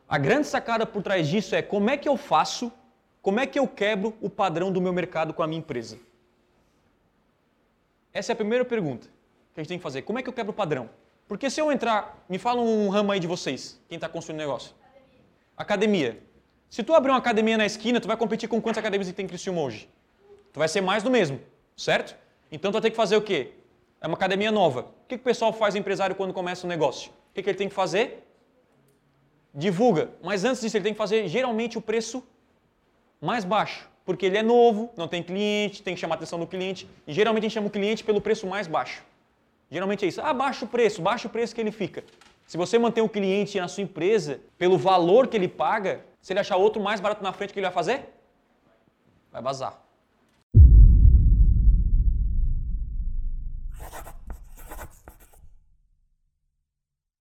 A grande sacada por trás disso é como é que eu faço, como é que eu quebro o padrão do meu mercado com a minha empresa? Essa é a primeira pergunta que a gente tem que fazer. Como é que eu quebro o padrão? Porque se eu entrar, me fala um ramo aí de vocês, quem está construindo negócio. Academia. Se tu abrir uma academia na esquina, tu vai competir com quantas academias que tem em Criciúma hoje? Tu vai ser mais do mesmo, certo? Então tu vai ter que fazer o quê? É uma academia nova. O que o pessoal faz, o empresário, quando começa um negócio? O que ele tem que fazer? Divulga. Mas antes disso, ele tem que fazer, geralmente, o preço mais baixo. Porque ele é novo, não tem cliente, tem que chamar a atenção do cliente. E geralmente a gente chama o cliente pelo preço mais baixo. Geralmente é isso. Ah, baixa o preço que ele fica. Se você manter o cliente na sua empresa, pelo valor que ele paga, se ele achar outro mais barato na frente, o que ele vai fazer? Vai vazar.